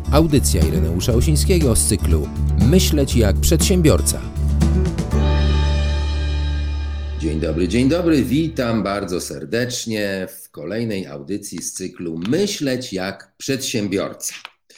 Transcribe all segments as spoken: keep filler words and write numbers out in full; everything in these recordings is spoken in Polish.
Audycja Ireneusza Osińskiego z cyklu Myśleć jak przedsiębiorca. Dzień dobry, dzień dobry, witam bardzo serdecznie w kolejnej audycji z cyklu Myśleć jak przedsiębiorca.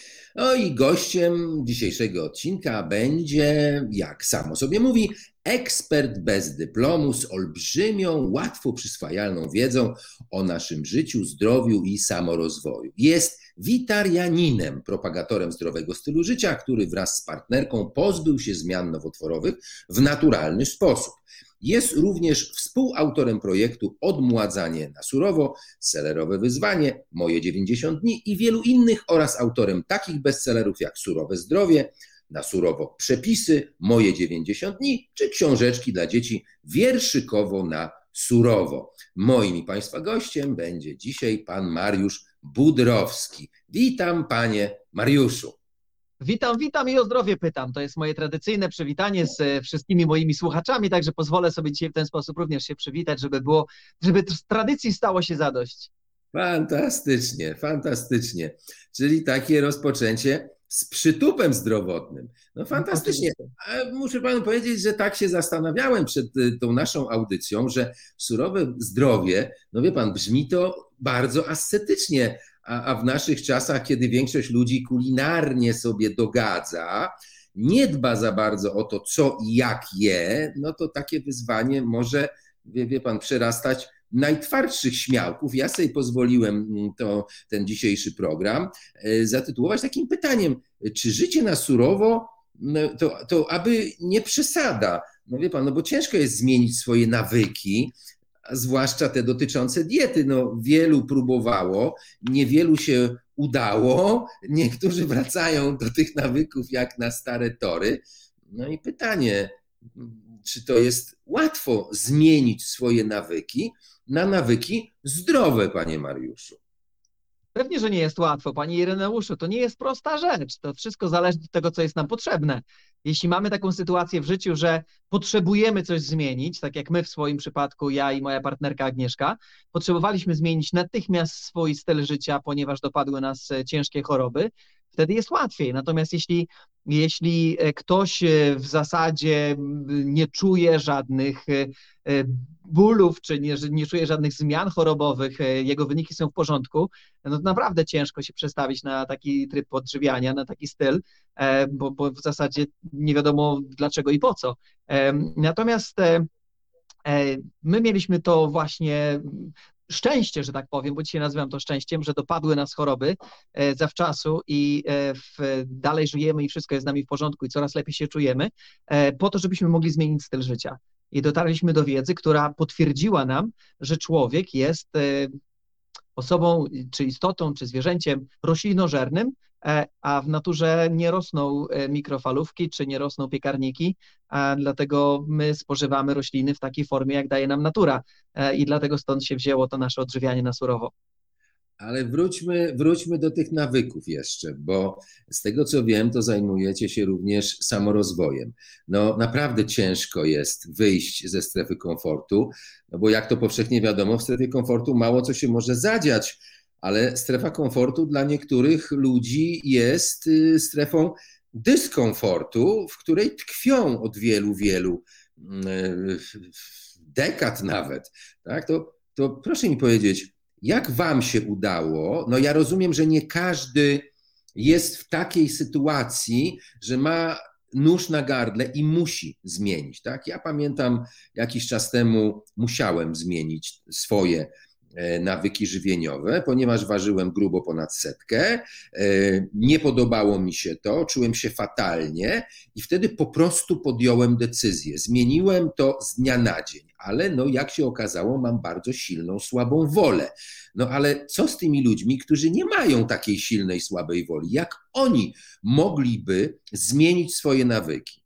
No i gościem dzisiejszego odcinka będzie, jak samo sobie mówi, ekspert bez dyplomu z olbrzymią, łatwo przyswajalną wiedzą o naszym życiu, zdrowiu i samorozwoju. Jest witarianinem, propagatorem zdrowego stylu życia, który wraz z partnerką pozbył się zmian nowotworowych w naturalny sposób. Jest również współautorem projektu Odmładzanie na surowo, Selerowe wyzwanie, Moje dziewięćdziesiąt dni i wielu innych oraz autorem takich bestsellerów jak Surowe zdrowie, Na surowo przepisy, Moje dziewięćdziesiąt dni czy książeczki dla dzieci Wierszykowo na surowo. Moim i Państwa gościem będzie dzisiaj pan Mariusz Budrowski. Witam panie Mariuszu. Witam, witam i o zdrowie pytam. To jest moje tradycyjne przywitanie z wszystkimi moimi słuchaczami, także pozwolę sobie dzisiaj w ten sposób również się przywitać, żeby było, żeby z tradycji stało się zadość. Fantastycznie, fantastycznie. Czyli takie rozpoczęcie z przytupem zdrowotnym. No fantastycznie. A muszę panu powiedzieć, że tak się zastanawiałem przed tą naszą audycją, że surowe zdrowie, no wie pan, brzmi to bardzo ascetycznie. A, a w naszych czasach, kiedy większość ludzi kulinarnie sobie dogadza, nie dba za bardzo o to, co i jak je, no to takie wyzwanie może, wie, wie pan, przerastać najtwardszych śmiałków. Ja sobie pozwoliłem to, ten dzisiejszy program zatytułować takim pytaniem, czy życie na surowo, no to, to aby nie przesada. No wie pan, no bo ciężko jest zmienić swoje nawyki, zwłaszcza te dotyczące diety. No, wielu próbowało, niewielu się udało, niektórzy wracają do tych nawyków jak na stare tory. No i pytanie, czy to jest łatwo zmienić swoje nawyki na nawyki zdrowe, panie Mariuszu? Pewnie, że nie jest łatwo, panie Ireneuszu, to nie jest prosta rzecz, to wszystko zależy od tego, co jest nam potrzebne. Jeśli mamy taką sytuację w życiu, że potrzebujemy coś zmienić, tak jak my w swoim przypadku, ja i moja partnerka Agnieszka, potrzebowaliśmy zmienić natychmiast swój styl życia, ponieważ dopadły nas ciężkie choroby, wtedy jest łatwiej. Natomiast jeśli, jeśli ktoś w zasadzie nie czuje żadnych bólów, czy nie, nie czuje żadnych zmian chorobowych, jego wyniki są w porządku, no to naprawdę ciężko się przestawić na taki tryb odżywiania, na taki styl, bo, bo w zasadzie nie wiadomo dlaczego i po co. Natomiast my mieliśmy to właśnie szczęście, że tak powiem, bo dzisiaj nazywam to szczęściem, że dopadły nas choroby zawczasu i w, dalej żyjemy i wszystko jest z nami w porządku i coraz lepiej się czujemy, po to, żebyśmy mogli zmienić styl życia. I dotarliśmy do wiedzy, która potwierdziła nam, że człowiek jest osobą, czy istotą, czy zwierzęciem roślinożernym, a w naturze nie rosną mikrofalówki, czy nie rosną piekarniki, a dlatego my spożywamy rośliny w takiej formie, jak daje nam natura. I dlatego stąd się wzięło to nasze odżywianie na surowo. Ale wróćmy, wróćmy do tych nawyków jeszcze, bo z tego co wiem, to zajmujecie się również samorozwojem. No naprawdę ciężko jest wyjść ze strefy komfortu, no bo jak to powszechnie wiadomo, w strefie komfortu mało co się może zadziać, ale strefa komfortu dla niektórych ludzi jest strefą dyskomfortu, w której tkwią od wielu, wielu dekad nawet. Tak? To, to proszę mi powiedzieć, jak wam się udało? No ja rozumiem, że nie każdy jest w takiej sytuacji, że ma nóż na gardle i musi zmienić. Tak? Ja pamiętam, jakiś czas temu musiałem zmienić swoje nawyki żywieniowe, ponieważ ważyłem grubo ponad setkę, nie podobało mi się to, czułem się fatalnie i wtedy po prostu podjąłem decyzję. Zmieniłem to z dnia na dzień, ale no jak się okazało, mam bardzo silną, słabą wolę. No ale co z tymi ludźmi, którzy nie mają takiej silnej, słabej woli? Jak oni mogliby zmienić swoje nawyki?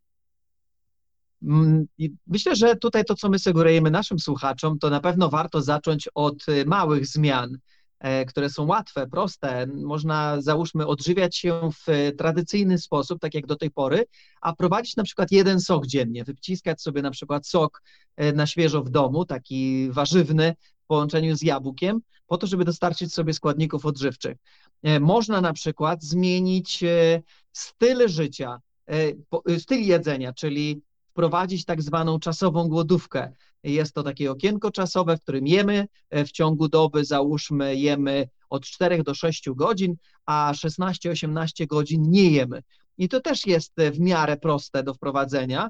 Myślę, że tutaj to, co my sugerujemy naszym słuchaczom, to na pewno warto zacząć od małych zmian, które są łatwe, proste. Można, załóżmy, odżywiać się w tradycyjny sposób, tak jak do tej pory, a prowadzić na przykład jeden sok dziennie, wyciskać sobie na przykład sok na świeżo w domu, taki warzywny, w połączeniu z jabłkiem, po to, żeby dostarczyć sobie składników odżywczych. Można na przykład zmienić styl życia, styl jedzenia, czyli wprowadzić tak zwaną czasową głodówkę. Jest to takie okienko czasowe, w którym jemy w ciągu doby, załóżmy, jemy od czterech do sześciu godzin, a szesnaście osiemnaście godzin nie jemy. I to też jest w miarę proste do wprowadzenia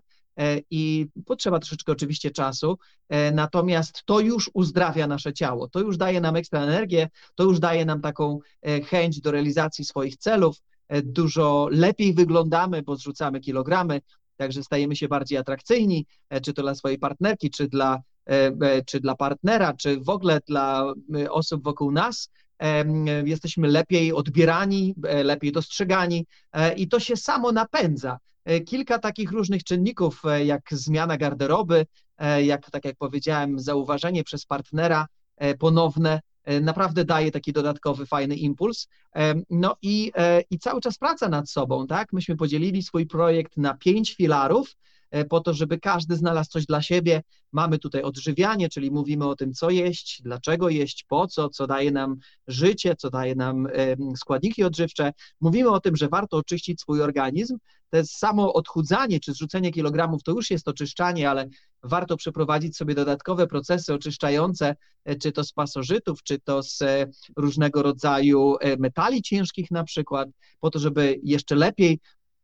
i potrzeba troszeczkę oczywiście czasu, natomiast to już uzdrawia nasze ciało, to już daje nam ekstra energię, to już daje nam taką chęć do realizacji swoich celów, dużo lepiej wyglądamy, bo zrzucamy kilogramy, także stajemy się bardziej atrakcyjni, czy to dla swojej partnerki, czy dla, czy dla partnera, czy w ogóle dla osób wokół nas. Jesteśmy lepiej odbierani, lepiej dostrzegani i to się samo napędza. Kilka takich różnych czynników, jak zmiana garderoby, jak, tak jak powiedziałem, zauważenie przez partnera ponowne, naprawdę daje taki dodatkowy, fajny impuls. No i, i cały czas praca nad sobą, tak? Myśmy podzielili swój projekt na pięć filarów, po to, żeby każdy znalazł coś dla siebie. Mamy tutaj odżywianie, czyli mówimy o tym, co jeść, dlaczego jeść, po co, co daje nam życie, co daje nam składniki odżywcze. Mówimy o tym, że warto oczyścić swój organizm. To jest samo odchudzanie czy zrzucenie kilogramów, to już jest oczyszczanie, ale warto przeprowadzić sobie dodatkowe procesy oczyszczające, czy to z pasożytów, czy to z różnego rodzaju metali ciężkich na przykład, po to, żeby jeszcze lepiej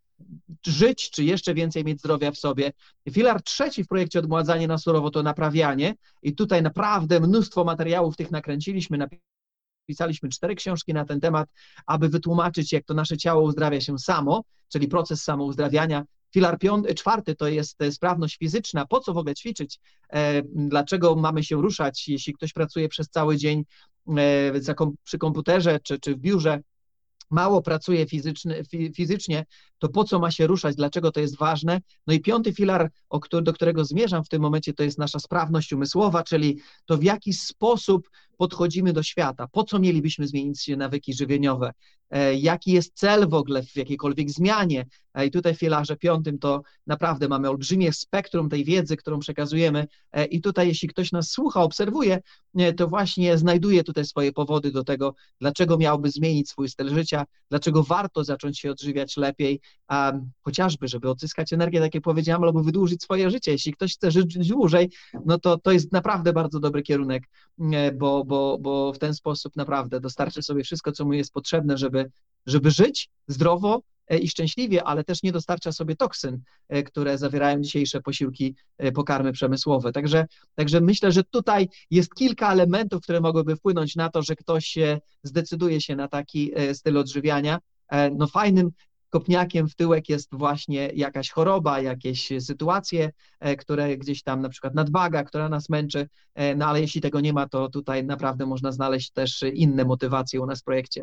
żyć, czy jeszcze więcej mieć zdrowia w sobie. Filar trzeci w projekcie Odmładzanie na surowo to naprawianie i tutaj naprawdę mnóstwo materiałów tych nakręciliśmy, napisaliśmy cztery książki na ten temat, aby wytłumaczyć, jak to nasze ciało uzdrawia się samo, czyli proces samouzdrawiania. Filar piąty, czwarty to jest sprawność fizyczna. Po co w ogóle ćwiczyć? E, dlaczego mamy się ruszać, jeśli ktoś pracuje przez cały dzień e, za kom przy komputerze czy, czy w biurze? Mało pracuje fizyczny, fizycznie, to po co ma się ruszać, dlaczego to jest ważne? No i piąty filar, o który, do którego zmierzam w tym momencie, to jest nasza sprawność umysłowa, czyli to w jaki sposób podchodzimy do świata, po co mielibyśmy zmienić się nawyki żywieniowe, e, jaki jest cel w ogóle w jakiejkolwiek zmianie. E, I tutaj w filarze piątym to naprawdę mamy olbrzymie spektrum tej wiedzy, którą przekazujemy e, i tutaj jeśli ktoś nas słucha, obserwuje, e, to właśnie znajduje tutaj swoje powody do tego, dlaczego miałby zmienić swój styl życia, dlaczego warto zacząć się odżywiać lepiej, a chociażby, żeby odzyskać energię, tak jak powiedziałam, albo wydłużyć swoje życie. Jeśli ktoś chce żyć dłużej, no to to jest naprawdę bardzo dobry kierunek, bo, bo, bo w ten sposób naprawdę dostarczy sobie wszystko, co mu jest potrzebne, żeby, żeby żyć zdrowo i szczęśliwie, ale też nie dostarcza sobie toksyn, które zawierają dzisiejsze posiłki, pokarmy przemysłowe. Także, także myślę, że tutaj jest kilka elementów, które mogłyby wpłynąć na to, że ktoś zdecyduje się na taki styl odżywiania. No fajnym kopniakiem w tyłek jest właśnie jakaś choroba, jakieś sytuacje, które gdzieś tam, na przykład nadwaga, która nas męczy, no ale jeśli tego nie ma, to tutaj naprawdę można znaleźć też inne motywacje u nas w projekcie.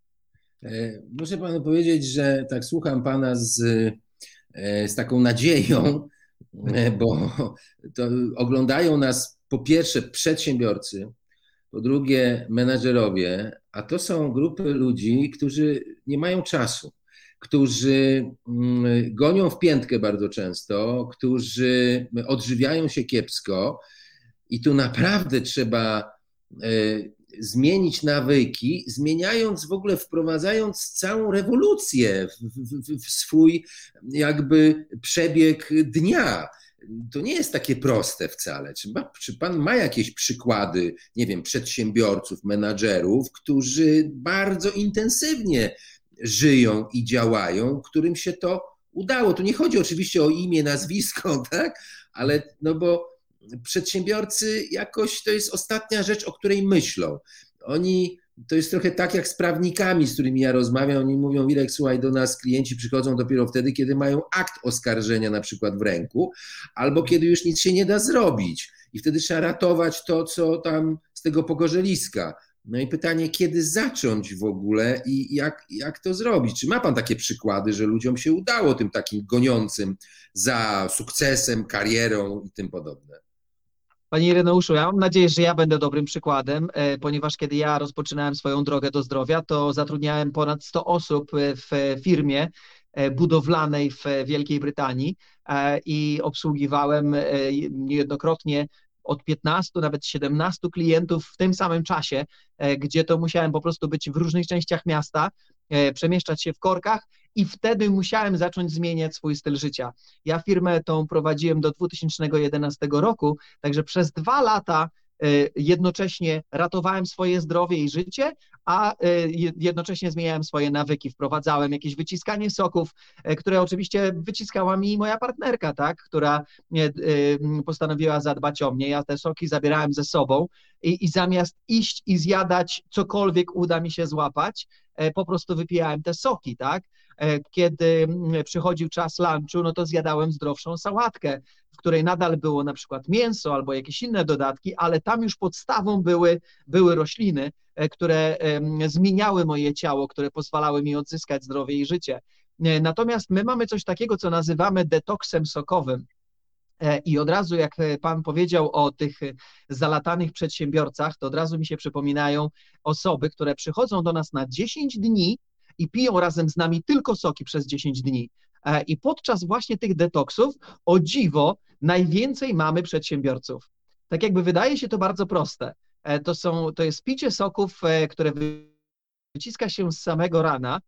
Muszę panu powiedzieć, że tak słucham pana z, z taką nadzieją, bo to oglądają nas po pierwsze przedsiębiorcy, po drugie menadżerowie, a to są grupy ludzi, którzy nie mają czasu, którzy gonią w piętkę bardzo często, którzy odżywiają się kiepsko i tu naprawdę trzeba zmienić nawyki, zmieniając w ogóle, wprowadzając całą rewolucję w, w, w swój jakby przebieg dnia. To nie jest takie proste wcale. Czy, ma, czy pan ma jakieś przykłady, nie wiem, przedsiębiorców, menadżerów, którzy bardzo intensywnie żyją i działają, którym się to udało? Tu nie chodzi oczywiście o imię, nazwisko, tak? Ale no bo przedsiębiorcy jakoś to jest ostatnia rzecz, o której myślą. Oni, to jest trochę tak jak z prawnikami, z którymi ja rozmawiam, oni mówią: Irek, słuchaj, do nas klienci przychodzą dopiero wtedy, kiedy mają akt oskarżenia na przykład w ręku, albo kiedy już nic się nie da zrobić i wtedy trzeba ratować to, co tam z tego pogorzeliska. No i pytanie, kiedy zacząć w ogóle i jak, jak to zrobić? Czy ma pan takie przykłady, że ludziom się udało, tym takim goniącym za sukcesem, karierą i tym podobne? Panie Ireneuszu, ja mam nadzieję, że ja będę dobrym przykładem, ponieważ kiedy ja rozpoczynałem swoją drogę do zdrowia, to zatrudniałem ponad sto osób w firmie budowlanej w Wielkiej Brytanii i obsługiwałem niejednokrotnie od piętnastu, nawet siedemnastu klientów w tym samym czasie, gdzie to musiałem po prostu być w różnych częściach miasta, przemieszczać się w korkach i wtedy musiałem zacząć zmieniać swój styl życia. Ja firmę tą prowadziłem do dwa tysiące jedenastego roku, także przez dwa lata jednocześnie ratowałem swoje zdrowie i życie, a jednocześnie zmieniałem swoje nawyki, wprowadzałem jakieś wyciskanie soków, które oczywiście wyciskała mi moja partnerka, tak, która postanowiła zadbać o mnie. Ja te soki zabierałem ze sobą i, i zamiast iść i zjadać cokolwiek uda mi się złapać, po prostu wypijałem te soki, tak. Kiedy przychodził czas lunchu, no to zjadałem zdrowszą sałatkę, w której nadal było na przykład mięso albo jakieś inne dodatki, ale tam już podstawą były, były rośliny, które zmieniały moje ciało, które pozwalały mi odzyskać zdrowie i życie. Natomiast my mamy coś takiego, co nazywamy detoksem sokowym. I od razu, jak pan powiedział o tych zalatanych przedsiębiorcach, to od razu mi się przypominają osoby, które przychodzą do nas na dziesięć dni i piją razem z nami tylko soki przez dziesięć dni. I podczas właśnie tych detoksów, o dziwo, najwięcej mamy przedsiębiorców. Tak jakby wydaje się to bardzo proste. To są, to jest picie soków, które wyciska się z samego rana.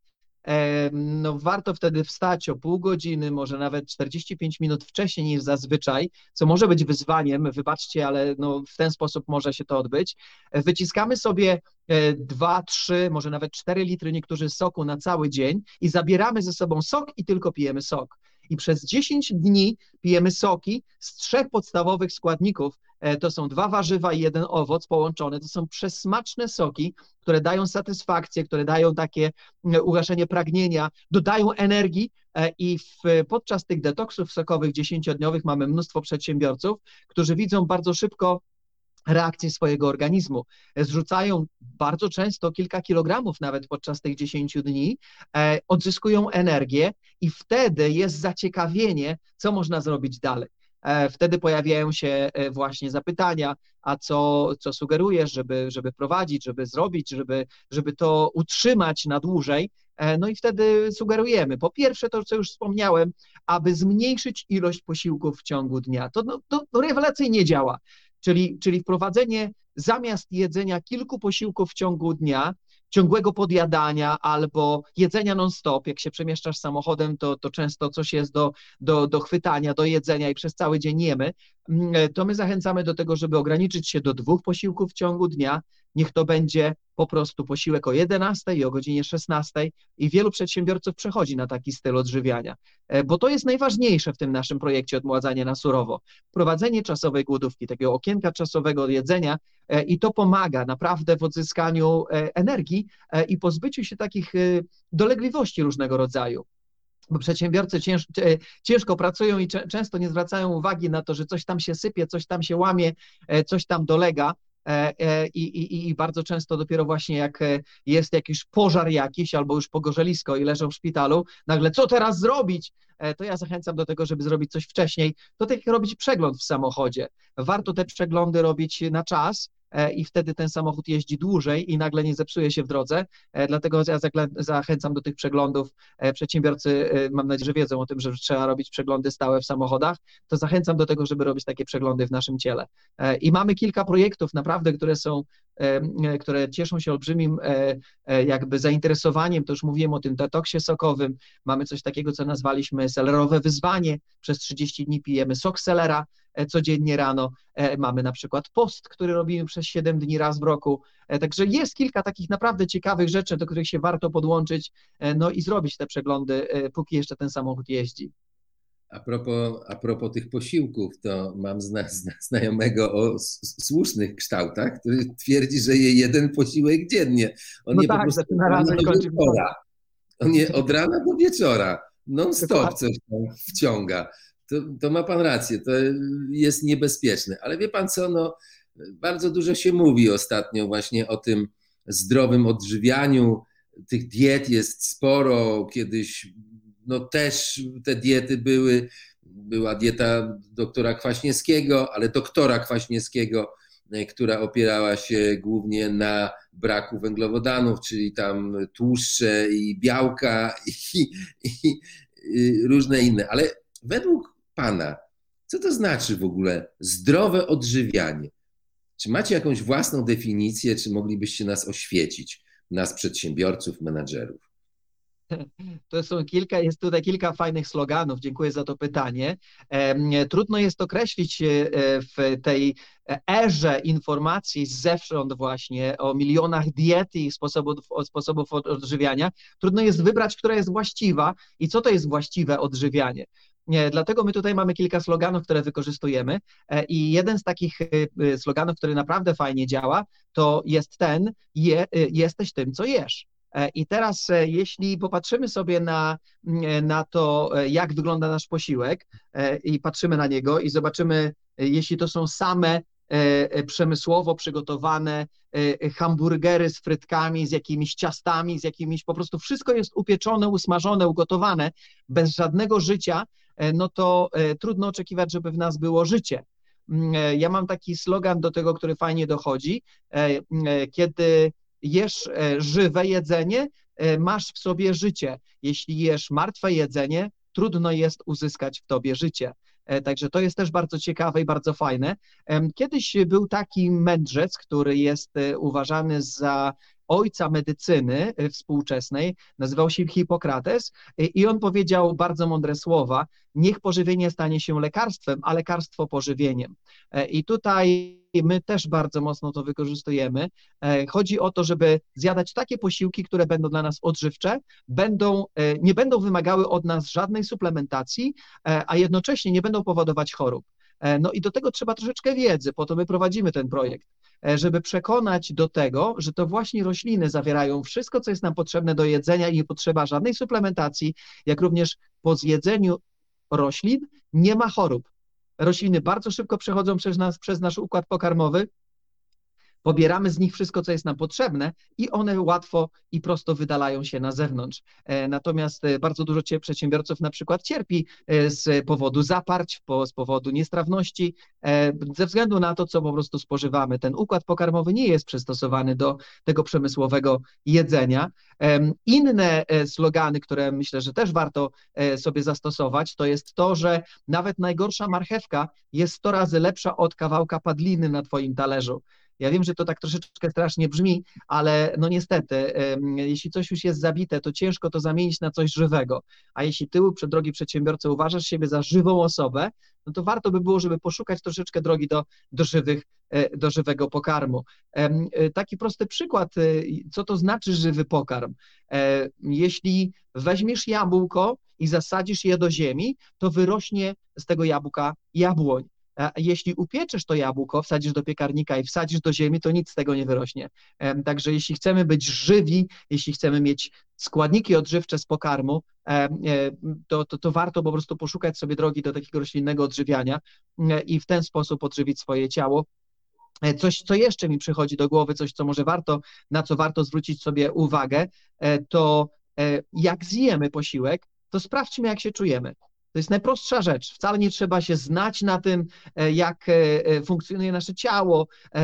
No warto wtedy wstać o pół godziny, może nawet czterdzieści pięć minut wcześniej niż zazwyczaj, co może być wyzwaniem, wybaczcie, ale no w ten sposób może się to odbyć. Wyciskamy sobie dwa, trzy, może nawet cztery litry niektórzy soku na cały dzień i zabieramy ze sobą sok i tylko pijemy sok. I przez dziesięć dni pijemy soki z trzech podstawowych składników. To są dwa warzywa i jeden owoc połączone. To są przesmaczne soki, które dają satysfakcję, które dają takie ugaszenie pragnienia, dodają energii i w, podczas tych detoksów sokowych dziesięciodniowych mamy mnóstwo przedsiębiorców, którzy widzą bardzo szybko reakcję swojego organizmu. Zrzucają bardzo często kilka kilogramów nawet podczas tych dziesięciu dni, e, odzyskują energię i wtedy jest zaciekawienie, co można zrobić dalej. E, wtedy pojawiają się właśnie zapytania, a co, co sugerujesz, żeby, żeby prowadzić, żeby zrobić, żeby, żeby to utrzymać na dłużej. E, no i wtedy sugerujemy, po pierwsze to, co już wspomniałem, aby zmniejszyć ilość posiłków w ciągu dnia. To, no, to, to rewelacyjnie działa. Czyli, czyli wprowadzenie zamiast jedzenia kilku posiłków w ciągu dnia, ciągłego podjadania albo jedzenia non-stop, jak się przemieszczasz samochodem, to, to często coś jest do, do, do chwytania, do jedzenia i przez cały dzień jemy, to my zachęcamy do tego, żeby ograniczyć się do dwóch posiłków w ciągu dnia. Niech to będzie po prostu posiłek o jedenastej i o godzinie szesnastej i wielu przedsiębiorców przechodzi na taki styl odżywiania, bo to jest najważniejsze w tym naszym projekcie Odmładzanie na surowo. Wprowadzenie czasowej głodówki, takiego okienka czasowego jedzenia i to pomaga naprawdę w odzyskaniu energii i pozbyciu się takich dolegliwości różnego rodzaju. Bo przedsiębiorcy cięż, ciężko pracują i często nie zwracają uwagi na to, że coś tam się sypie, coś tam się łamie, coś tam dolega. I, i, I bardzo często dopiero właśnie jak jest jakiś pożar jakiś albo już pogorzelisko i leżą w szpitalu, nagle co teraz zrobić? To ja zachęcam do tego, żeby zrobić coś wcześniej. To tak jak robić przegląd w samochodzie. Warto te przeglądy robić na czas i wtedy ten samochód jeździ dłużej i nagle nie zepsuje się w drodze. Dlatego ja zachęcam do tych przeglądów. Przedsiębiorcy, mam nadzieję, że wiedzą o tym, że trzeba robić przeglądy stałe w samochodach, to zachęcam do tego, żeby robić takie przeglądy w naszym ciele. I mamy kilka projektów naprawdę, które są, które cieszą się olbrzymim jakby zainteresowaniem. To już mówiłem o tym detoksie sokowym. Mamy coś takiego, co nazwaliśmy selerowe wyzwanie. Przez trzydzieści dni pijemy sok selera codziennie rano. Mamy na przykład post, który robimy przez siedem dni raz w roku. Także jest kilka takich naprawdę ciekawych rzeczy, do których się warto podłączyć, no i zrobić te przeglądy, póki jeszcze ten samochód jeździ. A propos, a propos tych posiłków, to mam zna, zna, znajomego o słusznych kształtach, który twierdzi, że je jeden posiłek dziennie. On no nie tak, po prostu zaczyna rano i kończy wieczora. On nie od rana do wieczora, non-stop coś tam wciąga. To, to ma pan rację, to jest niebezpieczne. Ale wie pan co, no, bardzo dużo się mówi ostatnio właśnie o tym zdrowym odżywianiu. Tych diet jest sporo. Kiedyś no, też te diety były. Była dieta doktora Kwaśniewskiego, ale doktora Kwaśniewskiego, która opierała się głównie na braku węglowodanów, czyli tam tłuszcze i białka i, i, i różne inne. Ale według pana, Co to znaczy w ogóle zdrowe odżywianie? Czy macie jakąś własną definicję, czy moglibyście nas oświecić, nas przedsiębiorców, menadżerów? To są kilka, jest tutaj kilka fajnych sloganów. Dziękuję za to pytanie. Trudno jest określić w tej erze informacji zewsząd właśnie o milionach diet i sposobów, sposobów odżywiania. Trudno jest wybrać, która jest właściwa i co to jest właściwe odżywianie. Dlatego my tutaj mamy kilka sloganów, które wykorzystujemy i jeden z takich sloganów, który naprawdę fajnie działa, to jest ten: je, jesteś tym, co jesz. I teraz, jeśli popatrzymy sobie na, na to, jak wygląda nasz posiłek i patrzymy na niego i zobaczymy, jeśli to są same przemysłowo przygotowane hamburgery z frytkami, z jakimiś ciastami, z jakimiś, po prostu wszystko jest upieczone, usmażone, ugotowane, bez żadnego życia, no to trudno oczekiwać, żeby w nas było życie. Ja mam taki slogan do tego, który fajnie dochodzi: kiedy jesz żywe jedzenie, masz w sobie życie. Jeśli jesz martwe jedzenie, trudno jest uzyskać w tobie życie. Także to jest też bardzo ciekawe i bardzo fajne. Kiedyś był taki mędrzec, który jest uważany za ojca medycyny współczesnej, nazywał się Hipokrates i on powiedział bardzo mądre słowa: niech pożywienie stanie się lekarstwem, a lekarstwo pożywieniem. I tutaj my też bardzo mocno to wykorzystujemy. Chodzi o to, żeby zjadać takie posiłki, które będą dla nas odżywcze, będą, nie będą wymagały od nas żadnej suplementacji, a jednocześnie nie będą powodować chorób. No i do tego trzeba troszeczkę wiedzy, po to my prowadzimy ten projekt, żeby przekonać do tego, że to właśnie rośliny zawierają wszystko, co jest nam potrzebne do jedzenia i nie potrzeba żadnej suplementacji, jak również po zjedzeniu roślin nie ma chorób. Rośliny bardzo szybko przechodzą przez nas, przez nasz układ pokarmowy, pobieramy z nich wszystko, co jest nam potrzebne i one łatwo i prosto wydalają się na zewnątrz. Natomiast bardzo dużo przedsiębiorców na przykład cierpi z powodu zaparć, z powodu niestrawności, ze względu na to, co po prostu spożywamy. Ten układ pokarmowy nie jest przystosowany do tego przemysłowego jedzenia. Inne slogany, które myślę, że też warto sobie zastosować, to jest to, że nawet najgorsza marchewka jest sto razy lepsza od kawałka padliny na twoim talerzu. Ja wiem, że to tak troszeczkę strasznie brzmi, ale no niestety, jeśli coś już jest zabite, to ciężko to zamienić na coś żywego. A jeśli ty, drogi przedsiębiorco, uważasz siebie za żywą osobę, no to warto by było, żeby poszukać troszeczkę drogi do, do, żywych, do żywego pokarmu. Taki prosty przykład, co to znaczy żywy pokarm. Jeśli weźmiesz jabłko i zasadzisz je do ziemi, to wyrośnie z tego jabłka jabłoń. Jeśli upieczysz to jabłko, wsadzisz do piekarnika i wsadzisz do ziemi, to nic z tego nie wyrośnie. Także jeśli chcemy być żywi, jeśli chcemy mieć składniki odżywcze z pokarmu, to, to, to warto po prostu poszukać sobie drogi do takiego roślinnego odżywiania i w ten sposób odżywić swoje ciało. Coś, co jeszcze mi przychodzi do głowy, coś, co może warto, na co warto zwrócić sobie uwagę, to jak zjemy posiłek, to sprawdźmy, jak się czujemy. To jest najprostsza rzecz. Wcale nie trzeba się znać na tym, jak funkcjonuje nasze ciało,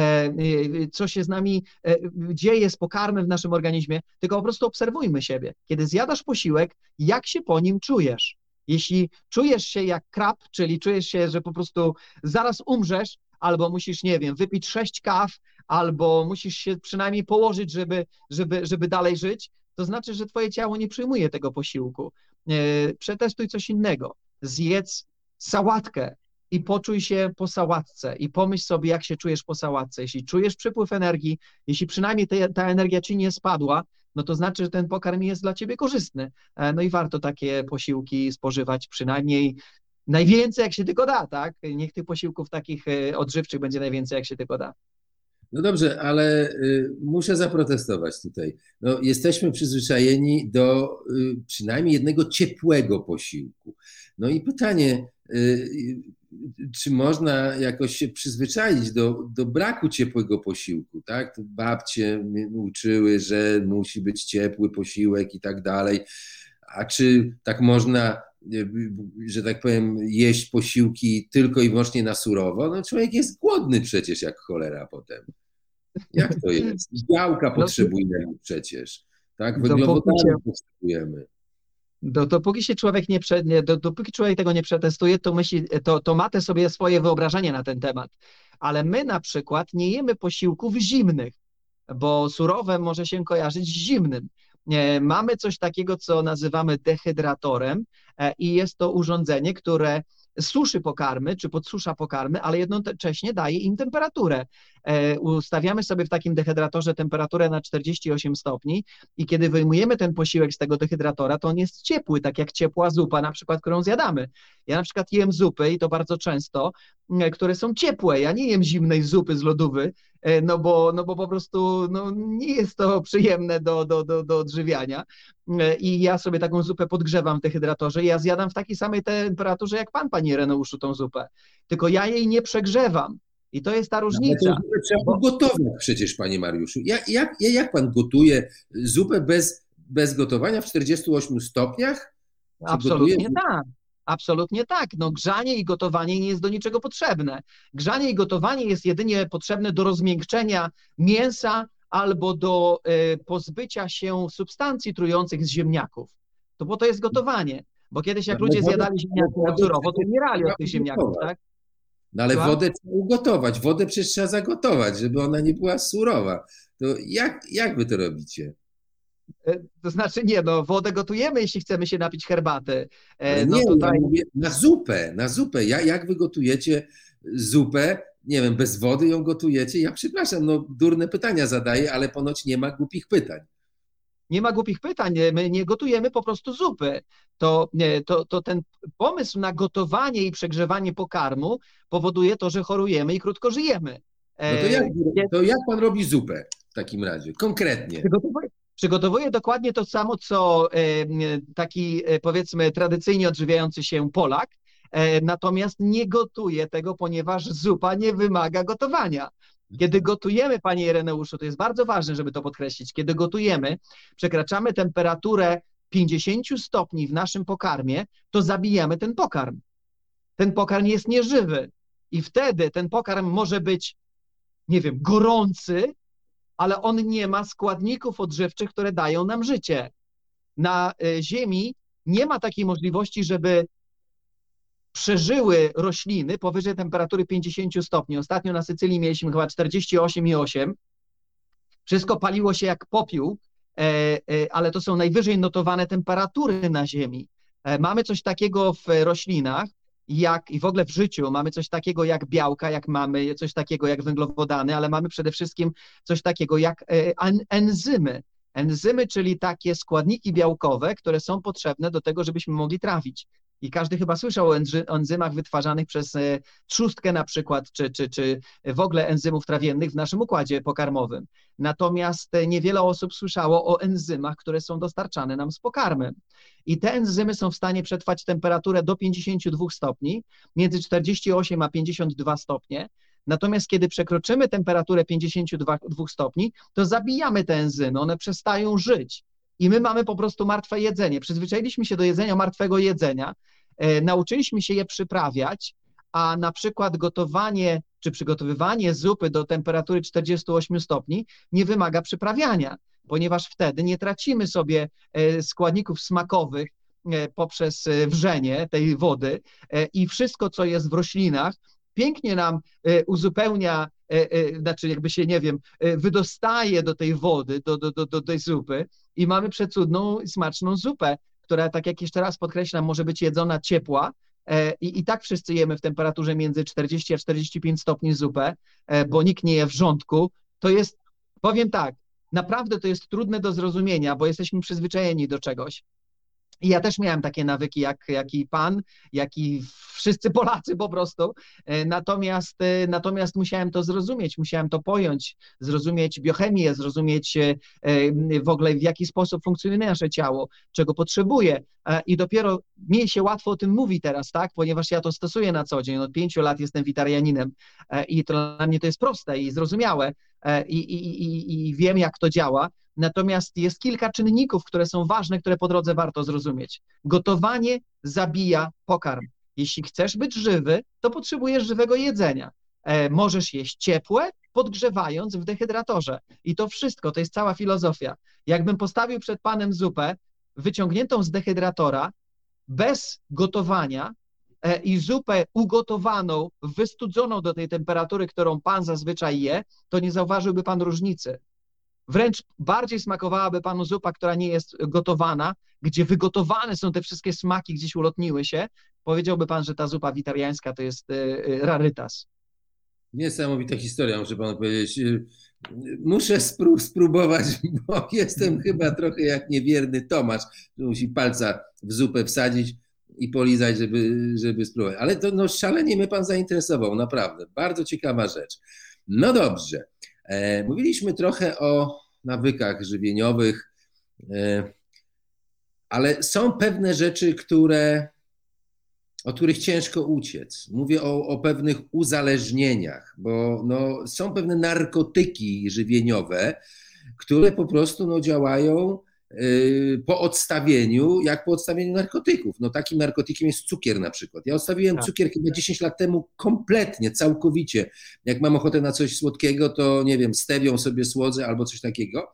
co się z nami dzieje z pokarmem w naszym organizmie, tylko po prostu obserwujmy siebie. Kiedy zjadasz posiłek, jak się po nim czujesz? Jeśli czujesz się jak krab, czyli czujesz się, że po prostu zaraz umrzesz, albo musisz, nie wiem, wypić sześć kaw, albo musisz się przynajmniej położyć, żeby, żeby, żeby dalej żyć, to znaczy, że twoje ciało nie przyjmuje tego posiłku. Przetestuj coś innego. Zjedz sałatkę i poczuj się po sałatce i pomyśl sobie, jak się czujesz po sałatce. Jeśli czujesz przypływ energii, jeśli przynajmniej te, ta energia ci nie spadła, no to znaczy, że ten pokarm jest dla ciebie korzystny. No i warto takie posiłki spożywać przynajmniej najwięcej, jak się tylko da, tak? Niech tych posiłków takich odżywczych będzie najwięcej, jak się tylko da. No dobrze, ale y, muszę zaprotestować tutaj. No, jesteśmy przyzwyczajeni do y, przynajmniej jednego ciepłego posiłku. No i pytanie, y, czy można jakoś się przyzwyczaić do, do braku ciepłego posiłku, tak? Babcie mnie uczyły, że musi być ciepły posiłek i tak dalej. A czy tak można, że tak powiem, jeść posiłki tylko i wyłącznie na surowo? No człowiek jest głodny przecież jak cholera potem. Jak to jest? Białka potrzebujemy przecież, tak? Węglowodanów potrzebujemy. Do, dopóki się człowiek nie, prze, nie do, dopóki człowiek tego nie przetestuje, to myśli, to, to ma te sobie swoje wyobrażenia na ten temat. Ale my na przykład nie jemy posiłków zimnych, bo surowe może się kojarzyć z zimnym. E, Mamy coś takiego, co nazywamy dehydratorem e, i jest to urządzenie, które suszy pokarmy, czy podsusza pokarmy, ale jednocześnie daje im temperaturę. E, Ustawiamy sobie w takim dehydratorze temperaturę na czterdzieści osiem stopni i kiedy wyjmujemy ten posiłek z tego dehydratora, to on jest ciepły, tak jak ciepła zupa, na przykład, którą zjadamy. Ja na przykład jem zupy i to bardzo często, e, które są ciepłe. Ja nie jem zimnej zupy z lodówy, e, no bo, no bo po prostu no, nie jest to przyjemne do, do, do, do odżywiania. E, I ja sobie taką zupę podgrzewam w dehydratorze i ja zjadam w takiej samej temperaturze jak pan, panie Ireneuszu, tą zupę. Tylko ja jej nie przegrzewam. I to jest ta Ale różnica. to zupę trzeba Bo, ugotować przecież, panie Mariuszu. Jak, jak, jak pan gotuje zupę bez, bez gotowania w czterdziestu ośmiu stopniach? Czy gotuje? absolutnie tak. Absolutnie tak. No, grzanie i gotowanie nie jest do niczego potrzebne. Grzanie i gotowanie jest jedynie potrzebne do rozmiękczenia mięsa albo do e, pozbycia się substancji trujących z ziemniaków. To po to jest gotowanie. Bo kiedyś jak Ale ludzie wodę- zjadali ziemniaki ale na wodę surowo, to przecież umierali od trzeba tych ziemniaków, ugotować. tak? No ale Słucham? wodę trzeba ugotować. Wodę przecież trzeba zagotować, żeby ona nie była surowa. To jak, jak wy to robicie? E, To znaczy nie, no wodę gotujemy, jeśli chcemy się napić herbaty. Ale E, No nie, ja tutaj mówię na zupę, na zupę. Ja, jak wy gotujecie zupę, nie wiem, bez wody ją gotujecie? Ja przepraszam, no durne pytania zadaję, ale ponoć nie ma głupich pytań. nie ma głupich pytań, my nie gotujemy po prostu zupy. To, nie, to, to ten pomysł na gotowanie i przegrzewanie pokarmu powoduje to, że chorujemy i krótko żyjemy. No to E, jak, Jest- to jak pan robi zupę w takim razie? Konkretnie. Przygotowuję, przygotowuję dokładnie to samo, co e, taki e, powiedzmy tradycyjnie odżywiający się Polak, e, natomiast nie gotuję tego, ponieważ zupa nie wymaga gotowania. Kiedy gotujemy, panie Ireneuszu, to jest bardzo ważne, żeby to podkreślić, kiedy gotujemy, przekraczamy temperaturę pięćdziesiąt stopni w naszym pokarmie, to zabijamy ten pokarm. Ten pokarm jest nieżywy i wtedy ten pokarm może być, nie wiem, gorący, ale on nie ma składników odżywczych, które dają nam życie. Na e, Ziemi nie ma takiej możliwości, żeby przeżyły rośliny powyżej temperatury pięćdziesiąt stopni. Ostatnio na Sycylii mieliśmy chyba czterdzieści osiem i osiem. Wszystko paliło się jak popiół, e, e, ale to są najwyżej notowane temperatury na Ziemi. E, Mamy coś takiego w roślinach, jak i w ogóle w życiu, mamy coś takiego jak białka, jak mamy coś takiego jak węglowodany, ale mamy przede wszystkim coś takiego jak e, en- enzymy. Enzymy, czyli takie składniki białkowe, które są potrzebne do tego, żebyśmy mogli trawić. I każdy chyba słyszał o enzy- enzymach wytwarzanych przez e, trzustkę na przykład, czy, czy, czy w ogóle enzymów trawiennych w naszym układzie pokarmowym. Natomiast e, niewiele osób słyszało o enzymach, które są dostarczane nam z pokarmem. I te enzymy są w stanie przetrwać temperaturę do pięćdziesięciu dwóch stopni, między czterdzieści osiem a pięćdziesiąt dwa stopnie. Natomiast kiedy przekroczymy temperaturę pięćdziesiąt dwa stopni, to zabijamy te enzymy, one przestają żyć. I my mamy po prostu martwe jedzenie. Przyzwyczailiśmy się do jedzenia martwego jedzenia, e, nauczyliśmy się je przyprawiać, a na przykład gotowanie czy przygotowywanie zupy do temperatury czterdziestu ośmiu stopni nie wymaga przyprawiania, ponieważ wtedy nie tracimy sobie e, składników smakowych e, poprzez e, wrzenie tej wody e, i wszystko, co jest w roślinach, pięknie nam e, uzupełnia, e, e, znaczy jakby się, nie wiem, e, wydostaje do tej wody, do, do, do, do tej zupy i mamy przecudną i smaczną zupę, która, tak jak jeszcze raz podkreślam, może być jedzona ciepła, e, i, i tak wszyscy jemy w temperaturze między czterdzieści a czterdzieści pięć stopni zupę, e, bo nikt nie je w rządku. To jest, powiem tak, naprawdę to jest trudne do zrozumienia, bo jesteśmy przyzwyczajeni do czegoś. I ja też miałem takie nawyki jak, jak i pan, jak i wszyscy Polacy po prostu. E, Natomiast, e, natomiast musiałem to zrozumieć, musiałem to pojąć, zrozumieć biochemię, zrozumieć e, e, w ogóle w jaki sposób funkcjonuje nasze ciało, czego potrzebuje. E, I dopiero mi się łatwo o tym mówi teraz, tak? Ponieważ ja to stosuję na co dzień. Od pięciu lat jestem witarianinem e, i to dla mnie to jest proste i zrozumiałe e, i, i, i, i wiem, jak to działa. Natomiast jest kilka czynników, które są ważne, które po drodze warto zrozumieć. Gotowanie zabija pokarm. Jeśli chcesz być żywy, to potrzebujesz żywego jedzenia. E, możesz jeść ciepłe, podgrzewając w dehydratorze. I to wszystko, to jest cała filozofia. Jakbym postawił przed panem zupę wyciągniętą z dehydratora, bez gotowania i zupę ugotowaną, wystudzoną do tej temperatury, którą pan zazwyczaj je, to nie zauważyłby pan różnicy. Wręcz bardziej smakowałaby panu zupa, która nie jest gotowana, gdzie wygotowane są te wszystkie smaki, gdzieś ulotniły się. Powiedziałby pan, że ta zupa witariańska to jest rarytas. Niesamowita historia, muszę panu powiedzieć. Muszę spró spróbować, bo jestem chyba trochę jak niewierny Tomasz, że musi palca w zupę wsadzić i polizać, żeby, żeby spróbować. Ale to no, szalenie mnie pan zainteresował, naprawdę. Bardzo ciekawa rzecz. No dobrze. E, mówiliśmy trochę o nawykach żywieniowych, e, ale są pewne rzeczy, które, od których ciężko uciec. Mówię o, o pewnych uzależnieniach, bo no, są pewne narkotyki żywieniowe, które po prostu no, działają po odstawieniu, jak po odstawieniu narkotyków. No takim narkotykiem jest cukier na przykład. Ja odstawiłem tak. cukier chyba dziesięć lat temu kompletnie, całkowicie. Jak mam ochotę na coś słodkiego, to nie wiem, stewią sobie słodzę albo coś takiego.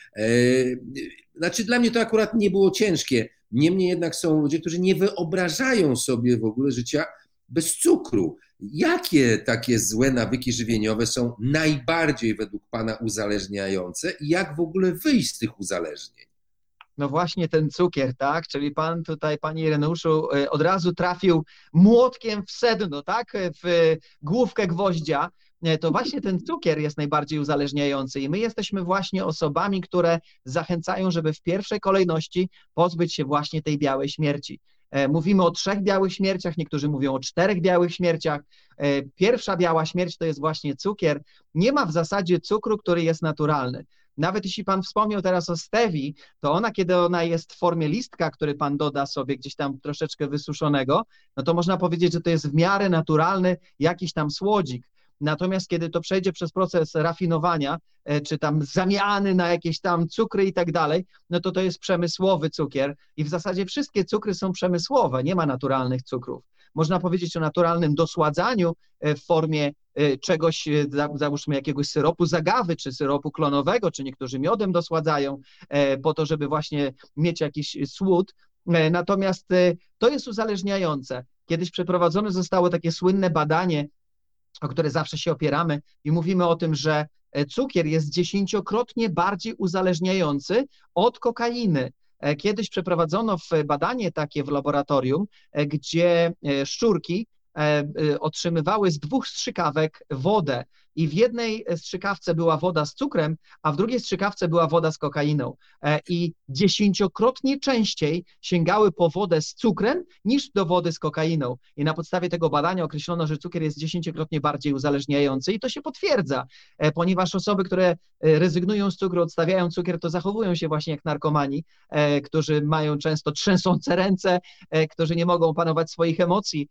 Znaczy dla mnie to akurat nie było ciężkie. Niemniej jednak są ludzie, którzy nie wyobrażają sobie w ogóle życia bez cukru. Jakie takie złe nawyki żywieniowe są najbardziej według pana uzależniające i jak w ogóle wyjść z tych uzależnień? No właśnie ten cukier, tak? Czyli pan tutaj, panie Ireneuszu, od razu trafił młotkiem w sedno, tak? W główkę gwoździa. To właśnie ten cukier jest najbardziej uzależniający i my jesteśmy właśnie osobami, które zachęcają, żeby w pierwszej kolejności pozbyć się właśnie tej białej śmierci. Mówimy o trzech białych śmierciach, niektórzy mówią o czterech białych śmierciach. Pierwsza biała śmierć to jest właśnie cukier. Nie ma w zasadzie cukru, który jest naturalny. Nawet jeśli pan wspomniał teraz o stevii, to ona, kiedy ona jest w formie listka, który pan doda sobie gdzieś tam troszeczkę wysuszonego, no to można powiedzieć, że to jest w miarę naturalny jakiś tam słodzik. Natomiast kiedy to przejdzie przez proces rafinowania, czy tam zamiany na jakieś tam cukry i tak dalej, no to to jest przemysłowy cukier i w zasadzie wszystkie cukry są przemysłowe, nie ma naturalnych cukrów. Można powiedzieć o naturalnym dosładzaniu w formie czegoś, załóżmy jakiegoś syropu z agawy, czy syropu klonowego, czy niektórzy miodem dosładzają po to, żeby właśnie mieć jakiś słód. Natomiast to jest uzależniające. Kiedyś przeprowadzone zostało takie słynne badanie, o które zawsze się opieramy i mówimy o tym, że cukier jest dziesięciokrotnie bardziej uzależniający od kokainy. Kiedyś przeprowadzono badanie takie w laboratorium, gdzie szczurki otrzymywały z dwóch strzykawek wodę i w jednej strzykawce była woda z cukrem, a w drugiej strzykawce była woda z kokainą i dziesięciokrotnie częściej sięgały po wodę z cukrem niż do wody z kokainą i na podstawie tego badania określono, że cukier jest dziesięciokrotnie bardziej uzależniający i to się potwierdza, ponieważ osoby, które rezygnują z cukru, odstawiają cukier, to zachowują się właśnie jak narkomani, którzy mają często trzęsące ręce, którzy nie mogą opanować swoich emocji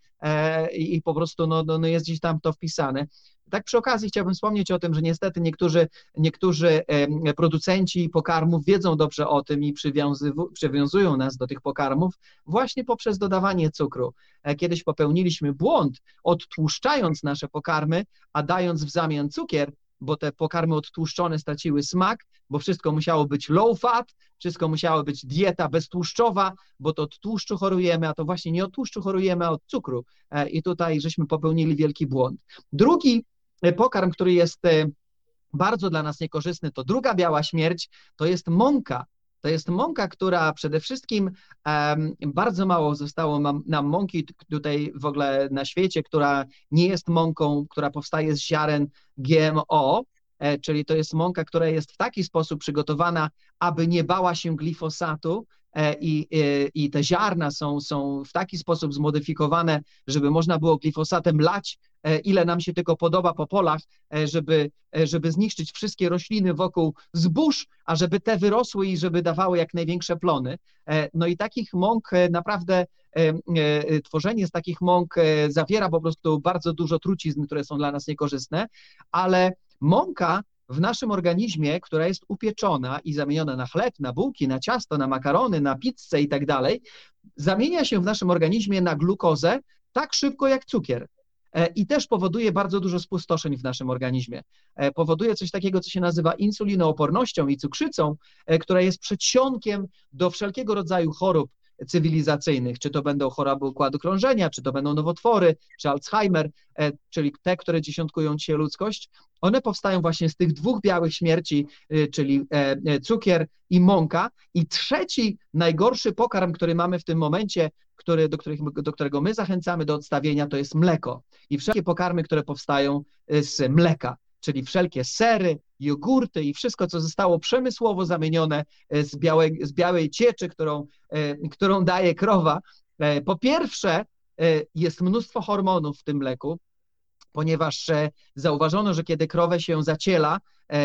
i po prostu no, no jest gdzieś tam to wpisane. Tak przy okazji chciałbym wspomnieć o tym, że niestety niektórzy, niektórzy producenci pokarmów wiedzą dobrze o tym i przywiązują nas do tych pokarmów właśnie poprzez dodawanie cukru. Kiedyś popełniliśmy błąd, odtłuszczając nasze pokarmy, a dając w zamian cukier, bo te pokarmy odtłuszczone straciły smak, bo wszystko musiało być low fat, wszystko musiało być dieta beztłuszczowa, bo to od tłuszczu chorujemy, a to właśnie nie od tłuszczu chorujemy, a od cukru. I tutaj żeśmy popełnili wielki błąd. Drugi pokarm, który jest bardzo dla nas niekorzystny, to druga biała śmierć, to jest mąka. To jest mąka, która przede wszystkim um, bardzo mało zostało nam mąki tutaj w ogóle na świecie, która nie jest mąką, która powstaje z ziaren G M O, e, czyli to jest mąka, która jest w taki sposób przygotowana, aby nie bała się glifosatu e, i, e, i te ziarna są, są w taki sposób zmodyfikowane, żeby można było glifosatem lać ile nam się tylko podoba po polach, żeby, żeby zniszczyć wszystkie rośliny wokół zbóż, a żeby te wyrosły i żeby dawały jak największe plony. No i takich mąk naprawdę, tworzenie z takich mąk zawiera po prostu bardzo dużo trucizn, które są dla nas niekorzystne, ale mąka w naszym organizmie, która jest upieczona i zamieniona na chleb, na bułki, na ciasto, na makarony, na pizzę i tak dalej, zamienia się w naszym organizmie na glukozę tak szybko jak cukier. i też powoduje bardzo dużo spustoszeń w naszym organizmie. Powoduje coś takiego, co się nazywa insulinoopornością i cukrzycą, która jest przedsionkiem do wszelkiego rodzaju chorób cywilizacyjnych, czy to będą choroby układu krążenia, czy to będą nowotwory, czy Alzheimer, czyli te, które dziesiątkują dzisiaj ludzkość. One powstają właśnie z tych dwóch białych śmierci, czyli cukier i mąka. I trzeci, najgorszy pokarm, który mamy w tym momencie, który, do, których, do którego my zachęcamy do odstawienia, to jest mleko. I wszelkie pokarmy, które powstają z mleka, czyli wszelkie sery, jogurty i wszystko, co zostało przemysłowo zamienione z białej, z białej cieczy, którą, którą daje krowa. Po pierwsze, jest mnóstwo hormonów w tym mleku, ponieważ zauważono, że kiedy krowę się zaciela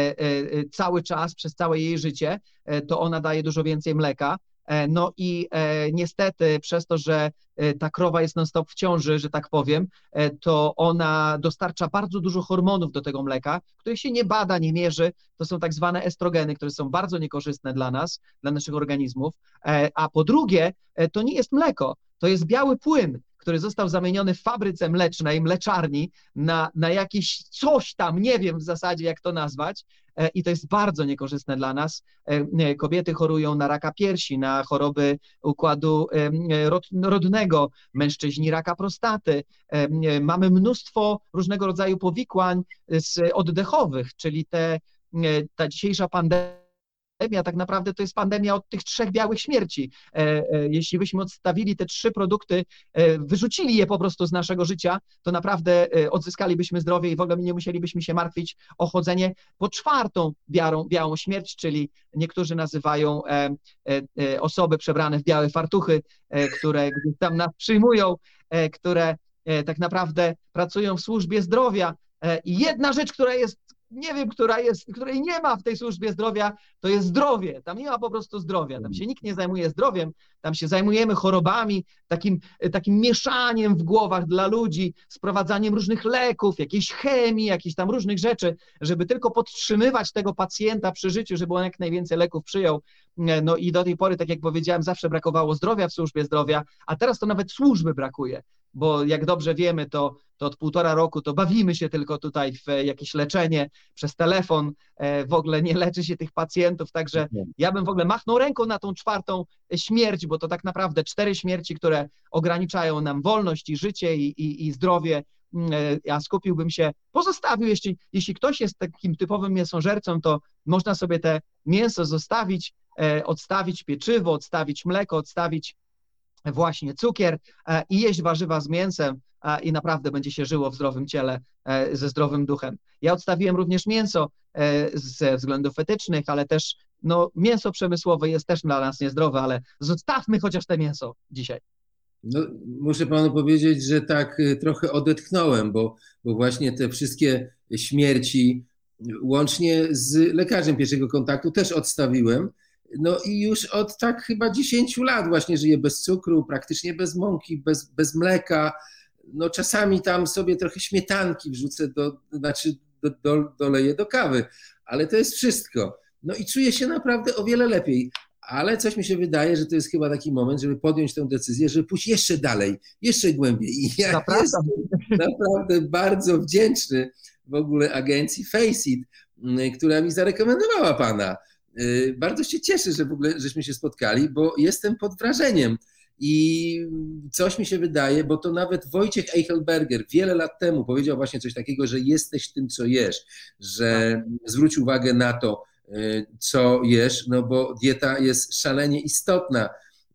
cały czas, przez całe jej życie, to ona daje dużo więcej mleka. No i niestety przez to, że ta krowa jest non-stop w ciąży, że tak powiem, to ona dostarcza bardzo dużo hormonów do tego mleka, których się nie bada, nie mierzy. To są tak zwane estrogeny, które są bardzo niekorzystne dla nas, dla naszych organizmów. A po drugie, to nie jest mleko, to jest biały płyn, który został zamieniony w fabryce mlecznej, mleczarni na, na jakieś coś tam, nie wiem w zasadzie jak to nazwać, i to jest bardzo niekorzystne dla nas. Kobiety chorują na raka piersi, na choroby układu rodnego, mężczyźni raka prostaty. Mamy mnóstwo różnego rodzaju powikłań oddechowych, czyli te, ta dzisiejsza pandemia, tak naprawdę to jest pandemia od tych trzech białych śmierci. Jeśli byśmy odstawili te trzy produkty, wyrzucili je po prostu z naszego życia, to naprawdę odzyskalibyśmy zdrowie i w ogóle nie musielibyśmy się martwić o chodzenie po czwartą białą, białą śmierć, czyli niektórzy nazywają osoby przebrane w białe fartuchy, które gdzieś tam nas przyjmują, które tak naprawdę pracują w służbie zdrowia. I jedna rzecz, która jest nie wiem, która jest, której nie ma w tej służbie zdrowia, to jest zdrowie. Tam nie ma po prostu zdrowia. Tam się nikt nie zajmuje zdrowiem, tam się zajmujemy chorobami, takim, takim mieszaniem w głowach dla ludzi, sprowadzaniem różnych leków, jakiejś chemii, jakichś tam różnych rzeczy, żeby tylko podtrzymywać tego pacjenta przy życiu, żeby on jak najwięcej leków przyjął. No i do tej pory, tak jak powiedziałem, zawsze brakowało zdrowia w służbie zdrowia, a teraz to nawet służby brakuje, bo jak dobrze wiemy, to, to od półtora roku to bawimy się tylko tutaj w jakieś leczenie przez telefon, w ogóle nie leczy się tych pacjentów, także ja bym w ogóle machnął ręką na tą czwartą śmierć, bo to tak naprawdę cztery śmierci, które ograniczają nam wolność i życie i, i, i zdrowie. Ja skupiłbym się, pozostawił, jeśli, jeśli ktoś jest takim typowym mięsożercą, to można sobie te mięso zostawić, odstawić pieczywo, odstawić mleko, odstawić właśnie cukier i jeść warzywa z mięsem i naprawdę będzie się żyło w zdrowym ciele, ze zdrowym duchem. Ja odstawiłem również mięso ze względów etycznych, ale też no, mięso przemysłowe jest też dla nas niezdrowe, ale zostawmy chociaż te mięso dzisiaj. No, muszę panu powiedzieć, że tak trochę odetchnąłem, bo, bo właśnie te wszystkie śmierci, łącznie z lekarzem pierwszego kontaktu, też odstawiłem. No i już od tak chyba dziesięciu lat właśnie żyję bez cukru, praktycznie bez mąki, bez, bez mleka. No czasami tam sobie trochę śmietanki wrzucę, do, znaczy do, do, doleję do kawy, ale to jest wszystko. No i czuję się naprawdę o wiele lepiej. Ale coś mi się wydaje, że to jest chyba taki moment, żeby podjąć tę decyzję, żeby pójść jeszcze dalej, jeszcze głębiej. I ja jestem naprawdę bardzo wdzięczny w ogóle agencji Faceit, która mi zarekomendowała pana. Bardzo się cieszę, że w ogóle żeśmy się spotkali, bo jestem pod wrażeniem. I coś mi się wydaje, bo to nawet Wojciech Eichelberger wiele lat temu powiedział właśnie coś takiego, że jesteś tym, co jesz, że zwróć uwagę na to, co jesz, no bo dieta jest szalenie istotna.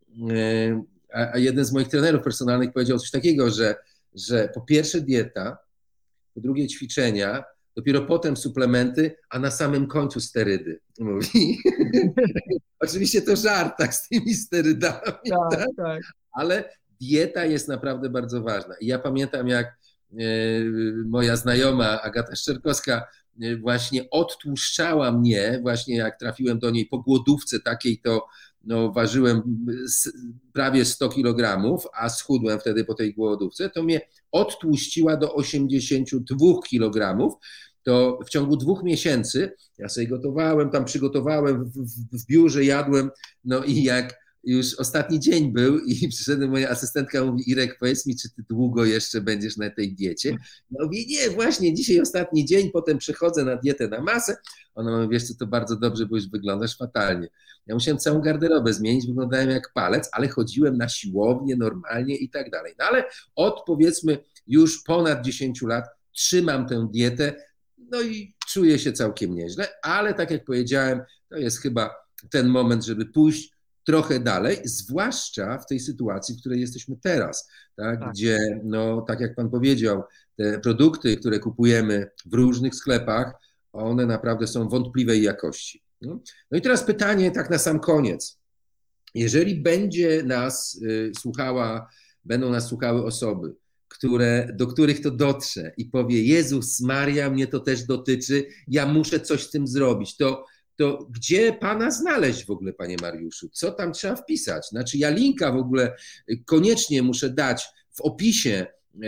A jeden z moich trenerów personalnych powiedział coś takiego, że, że po pierwsze dieta, po drugie ćwiczenia, dopiero potem suplementy, a na samym końcu sterydy, mówi. Oczywiście to żart, tak, z tymi sterydami, tak, tak? Tak. Ale dieta jest naprawdę bardzo ważna. I ja pamiętam, jak moja znajoma Agata Szczerkowska właśnie odtłuszczała mnie, właśnie jak trafiłem do niej po głodówce takiej, to no, ważyłem prawie sto kilogramów, a schudłem wtedy po tej głodówce, to mnie odtłuściła do osiemdziesięciu dwóch kilogramów. To w ciągu dwóch miesięcy ja sobie gotowałem, tam przygotowałem w, w, w biurze, jadłem, no i jak już ostatni dzień był i przyszedł, moja asystentka mówi, Irek, powiedz mi, czy ty długo jeszcze będziesz na tej diecie? No mówię, nie, właśnie, dzisiaj ostatni dzień, potem przechodzę na dietę na masę. Ona mówi, wiesz co, to bardzo dobrze, bo już wyglądasz fatalnie. Ja musiałem całą garderobę zmienić, wyglądałem jak palec, ale chodziłem na siłownię normalnie i tak dalej. No ale od powiedzmy już ponad dziesięć lat trzymam tę dietę, no i czuję się całkiem nieźle, ale tak jak powiedziałem, to jest chyba ten moment, żeby pójść trochę dalej, zwłaszcza w tej sytuacji, w której jesteśmy teraz, tak? Tak. Gdzie, no, tak jak pan powiedział, te produkty, które kupujemy w różnych sklepach, one naprawdę są wątpliwej jakości. No, no i teraz pytanie tak na sam koniec. Jeżeli będzie nas y, słuchała, będą nas słuchały osoby, które, do których to dotrze i powie, Jezus Maria, mnie to też dotyczy, ja muszę coś z tym zrobić, to to gdzie pana znaleźć w ogóle, panie Mariuszu? Co tam trzeba wpisać? Znaczy ja linka w ogóle koniecznie muszę dać w opisie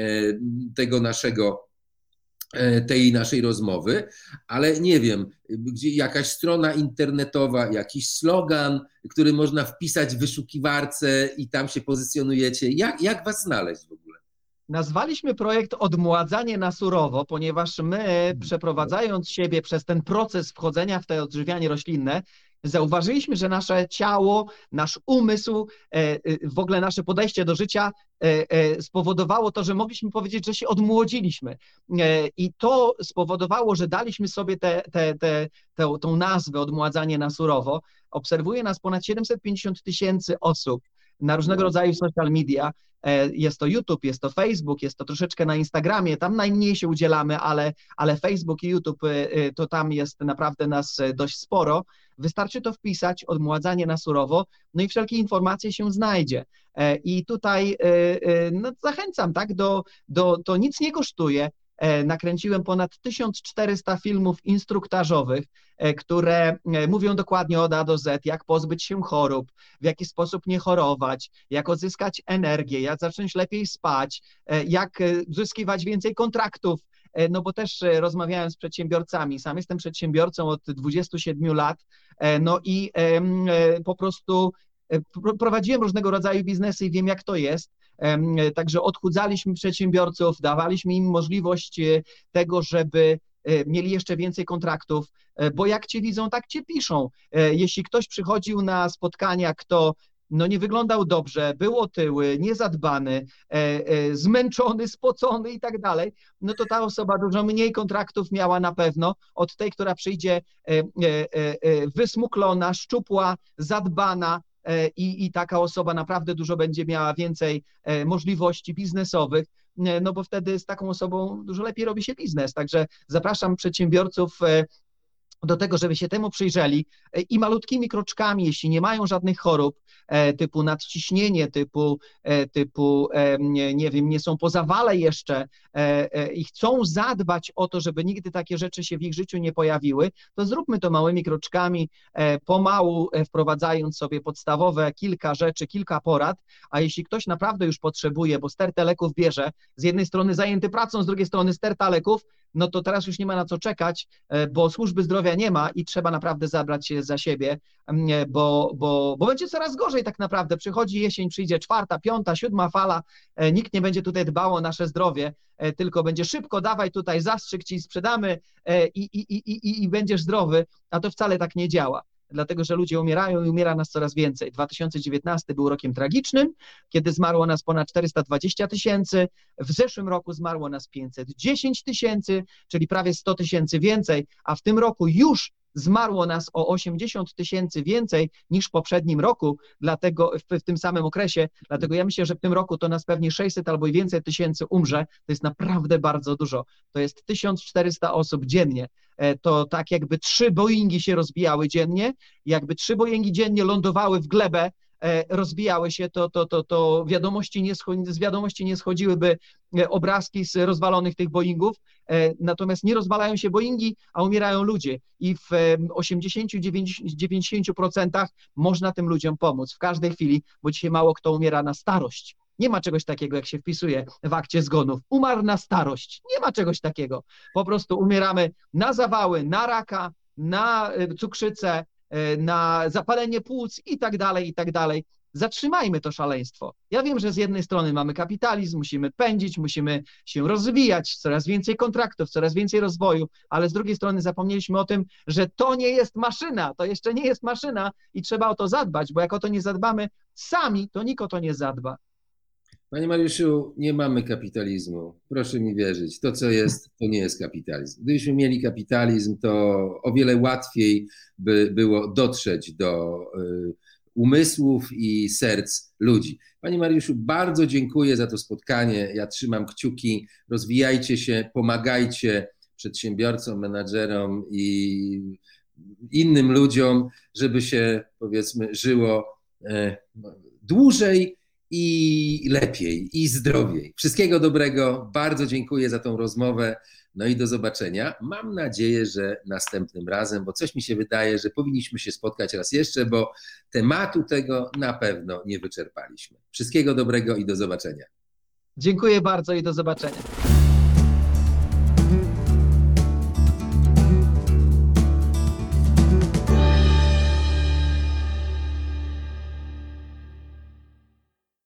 tego naszego, tej naszej rozmowy, ale nie wiem, gdzie jakaś strona internetowa, jakiś slogan, który można wpisać w wyszukiwarce i tam się pozycjonujecie. Jak, jak was znaleźć w ogóle? Nazwaliśmy projekt Odmładzanie na surowo, ponieważ my, przeprowadzając siebie przez ten proces wchodzenia w te odżywianie roślinne, zauważyliśmy, że nasze ciało, nasz umysł, w ogóle nasze podejście do życia spowodowało to, że mogliśmy powiedzieć, że się odmłodziliśmy. I to spowodowało, że daliśmy sobie te, te, te, te, tą nazwę Odmładzanie na surowo. Obserwuje nas ponad siedemset pięćdziesiąt tysięcy osób na różnego rodzaju social media. Jest to YouTube, jest to Facebook, jest to troszeczkę na Instagramie, tam najmniej się udzielamy, ale, ale Facebook i YouTube, to tam jest naprawdę nas dość sporo. Wystarczy to wpisać, Odmładzanie na surowo, no i wszelkie informacje się znajdzie. I tutaj no, zachęcam, tak, do, do, to nic nie kosztuje. Nakręciłem ponad tysiąc czterysta filmów instruktażowych, które mówią dokładnie od A do Z, jak pozbyć się chorób, w jaki sposób nie chorować, jak odzyskać energię, jak zacząć lepiej spać, jak uzyskiwać więcej kontraktów, no bo też rozmawiałem z przedsiębiorcami, sam jestem przedsiębiorcą od dwudziestu siedmiu lat, no i po prostu prowadziłem różnego rodzaju biznesy i wiem, jak to jest. Także odchudzaliśmy przedsiębiorców, dawaliśmy im możliwość tego, żeby mieli jeszcze więcej kontraktów, bo jak cię widzą, tak cię piszą. Jeśli ktoś przychodził na spotkania, kto no nie wyglądał dobrze, był otyły, niezadbany, zmęczony, spocony i tak dalej, no to ta osoba dużo mniej kontraktów miała na pewno od tej, która przyjdzie wysmuklona, szczupła, zadbana, I, i taka osoba naprawdę dużo będzie miała więcej możliwości biznesowych, no bo wtedy z taką osobą dużo lepiej robi się biznes. Także zapraszam przedsiębiorców do tego, żeby się temu przyjrzeli i malutkimi kroczkami, jeśli nie mają żadnych chorób typu nadciśnienie, typu, typu nie, nie wiem, nie są po zawale jeszcze i chcą zadbać o to, żeby nigdy takie rzeczy się w ich życiu nie pojawiły, to zróbmy to małymi kroczkami, pomału wprowadzając sobie podstawowe kilka rzeczy, kilka porad, a jeśli ktoś naprawdę już potrzebuje, bo stertę leków bierze, z jednej strony zajęty pracą, z drugiej strony sterta leków, no to teraz już nie ma na co czekać, bo służby zdrowia nie ma i trzeba naprawdę zabrać się za siebie, bo, bo, bo będzie coraz gorzej tak naprawdę. Przychodzi jesień, przyjdzie czwarta, piąta, siódma fala, nikt nie będzie tutaj dbał o nasze zdrowie, tylko będzie szybko, dawaj tutaj zastrzyk ci sprzedamy i, i, i, i, i będziesz zdrowy, a to wcale tak nie działa. Dlatego, że ludzie umierają i umiera nas coraz więcej. dwa tysiące dziewiętnasty był rokiem tragicznym, kiedy zmarło nas ponad czterysta dwadzieścia tysięcy, w zeszłym roku zmarło nas pięćset dziesięć tysięcy, czyli prawie sto tysięcy więcej, a w tym roku już zmarło nas o osiemdziesiąt tysięcy więcej niż w poprzednim roku, dlatego w, w tym samym okresie, dlatego ja myślę, że w tym roku to nas pewnie sześćset albo i więcej tysięcy umrze, to jest naprawdę bardzo dużo, to jest tysiąc czterysta osób dziennie, to tak jakby trzy Boeingi się rozbijały dziennie, jakby trzy Boeingi dziennie lądowały w glebę, rozbijały się, to, to, to, to wiadomości nie scho- z wiadomości nie schodziłyby obrazki z rozwalonych tych Boeingów, natomiast nie rozwalają się Boeingi, a umierają ludzie i w osiemdziesiąt do dziewięćdziesięciu procent można tym ludziom pomóc w każdej chwili, bo dzisiaj mało kto umiera na starość. Nie ma czegoś takiego, jak się wpisuje w akcie zgonów. Umarł na starość. Nie ma czegoś takiego. Po prostu umieramy na zawały, na raka, na cukrzycę, na zapalenie płuc i tak dalej, i tak dalej. Zatrzymajmy to szaleństwo. Ja wiem, że z jednej strony mamy kapitalizm, musimy pędzić, musimy się rozwijać, coraz więcej kontraktów, coraz więcej rozwoju, ale z drugiej strony zapomnieliśmy o tym, że to nie jest maszyna, to jeszcze nie jest maszyna i trzeba o to zadbać, bo jak o to nie zadbamy sami, to nikt o to nie zadba. Panie Mariuszu, nie mamy kapitalizmu. Proszę mi wierzyć. To, co jest, to nie jest kapitalizm. Gdybyśmy mieli kapitalizm, to o wiele łatwiej by było dotrzeć do umysłów i serc ludzi. Panie Mariuszu, bardzo dziękuję za to spotkanie. Ja trzymam kciuki. Rozwijajcie się, pomagajcie przedsiębiorcom, menadżerom i innym ludziom, żeby się, powiedzmy, żyło dłużej i lepiej, i zdrowiej. Wszystkiego dobrego. Bardzo dziękuję za tą rozmowę. No i do zobaczenia. Mam nadzieję, że następnym razem, bo coś mi się wydaje, że powinniśmy się spotkać raz jeszcze, bo tematu tego na pewno nie wyczerpaliśmy. Wszystkiego dobrego i do zobaczenia. Dziękuję bardzo i do zobaczenia.